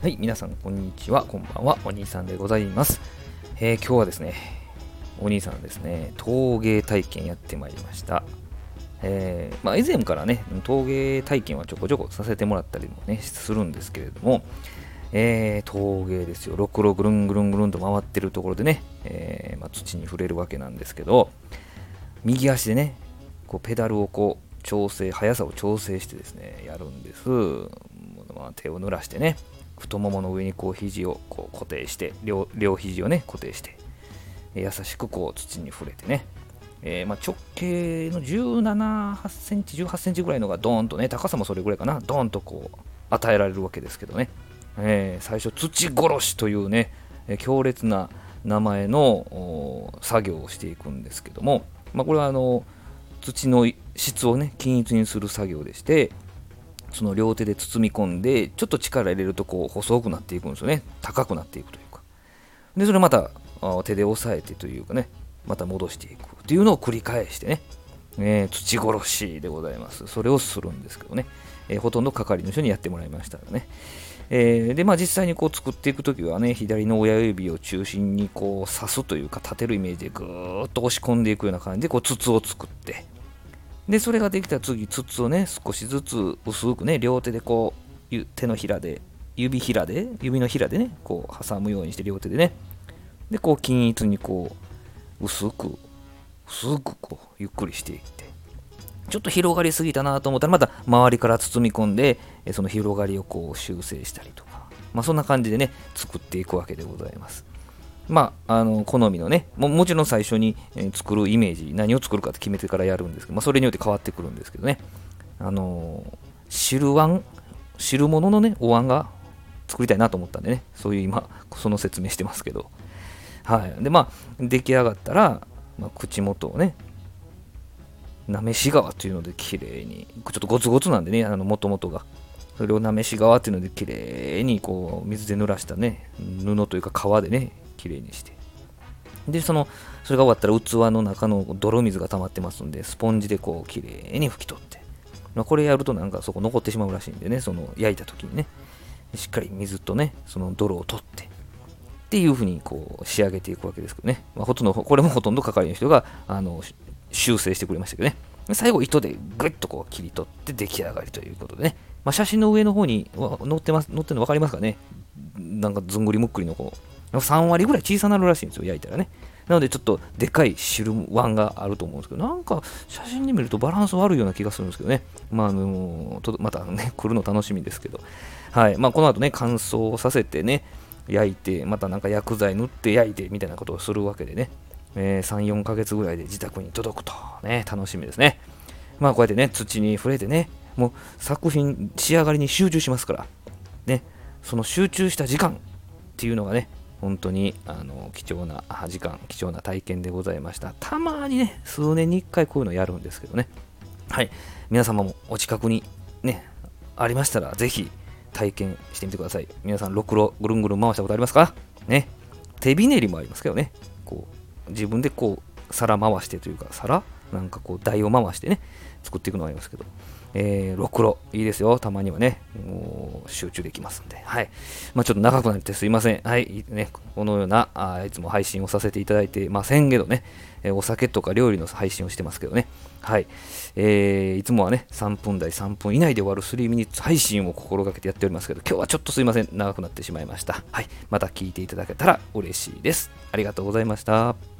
はい、皆さんこんにちは、こんばんは、お兄さんでございます。今日はですね、お兄さんですね、陶芸体験やってまいりました。以前からね、陶芸体験はちょこちょこさせてもらったりもね、するんですけれども、陶芸ですよ、ろくろぐるんぐるんぐるんと回ってるところでね、土に触れるわけなんですけど、右足でね、こうペダルをこう速さを調整してですね、やるんです。手を濡らしてね、太ももの上にこう肘をこう固定して、両肘をね固定して、優しくこう土に触れてね、直径の17、8センチ、18センチぐらいのがドーンとね、高さもそれぐらいかな、ドーンとこう与えられるわけですけどね、最初土殺しというね、強烈な名前の作業をしていくんですけども、これは土の質をね均一にする作業でして、その両手で包み込んで、ちょっと力入れるとこう細くなっていくんですよね。高くなっていくというか。で、それまた手で押さえてというかね、また戻していくっていうのを繰り返してね、土殺しでございます。それをするんですけどね、ほとんど係の人にやってもらいましたね。で、実際にこう作っていくときはね、左の親指を中心にこう刺すというか、立てるイメージでぐーっと押し込んでいくような感じでこう筒を作って、でそれができたら次、筒をね少しずつ薄くね、両手でこう手のひらで指のひらでねこう挟むようにして、両手でね、でこう均一にこう薄くこうゆっくりしていって、ちょっと広がりすぎたなと思ったらまた周りから包み込んで、その広がりをこう修正したりとか、そんな感じでね作っていくわけでございます。好みのね、もちろん最初に作るイメージ、何を作るかって決めてからやるんですけど、それによって変わってくるんですけどね、汁物のね、お椀が作りたいなと思ったんでね、そういう今、その説明してますけど、はい。で、出来上がったら、口元をね、なめし革というので綺麗に、ちょっとゴツゴツなんでね、元々が。それをなめし革っていうので綺麗にこう水で濡らしたね、布というか革でね、綺麗にして、でそれが終わったら器の中の泥水が溜まってますんで、スポンジでこう綺麗に拭き取って、これやるとなんかそこ残ってしまうらしいんでね、その焼いた時にねしっかり水とねその泥を取ってっていう風にこう仕上げていくわけですけどね、これもほとんど係の人が修正してくれましたけどね、最後糸でグッとこう切り取って出来上がりということでね、写真の上の方に載ってるの分かりますかね、なんかずんぐりむっくりのこう3割ぐらい小さなるらしいんですよ、焼いたらね。なのでちょっとでかい汁碗があると思うんですけど、なんか写真で見るとバランス悪いような気がするんですけどね。またね、来るの楽しみですけど。はい。この後ね、乾燥させてね、焼いて、またなんか薬剤塗って焼いてみたいなことをするわけでね。3、4ヶ月ぐらいで自宅に届くと。ね、楽しみですね。こうやってね、土に触れてね、もう作品仕上がりに集中しますから。ね、その集中した時間っていうのがね、本当に貴重な時間、貴重な体験でございました。たまにね、数年に1回こういうのやるんですけどね。はい。皆様もお近くにね、ありましたら、ぜひ体験してみてください。皆さん、ろくろぐるんぐるん回したことありますかね。手びねりもありますけどね。こう、自分でこう、皿回してというか、なんかこう、台を回してね、作っていくのがありますけど、ろくろいいですよ、たまにはね、もう集中できますんで、はい。ちょっと長くなってすいません。はい、ね、このようないつも配信をさせていただいてませんけどね、お酒とか料理の配信をしてますけどね、はい。いつもはね、3分台、3分以内で終わる3ミニッツ配信を心がけてやっておりますけど、今日はちょっとすいません、長くなってしまいました。はい。また聞いていただけたら嬉しいです。ありがとうございました。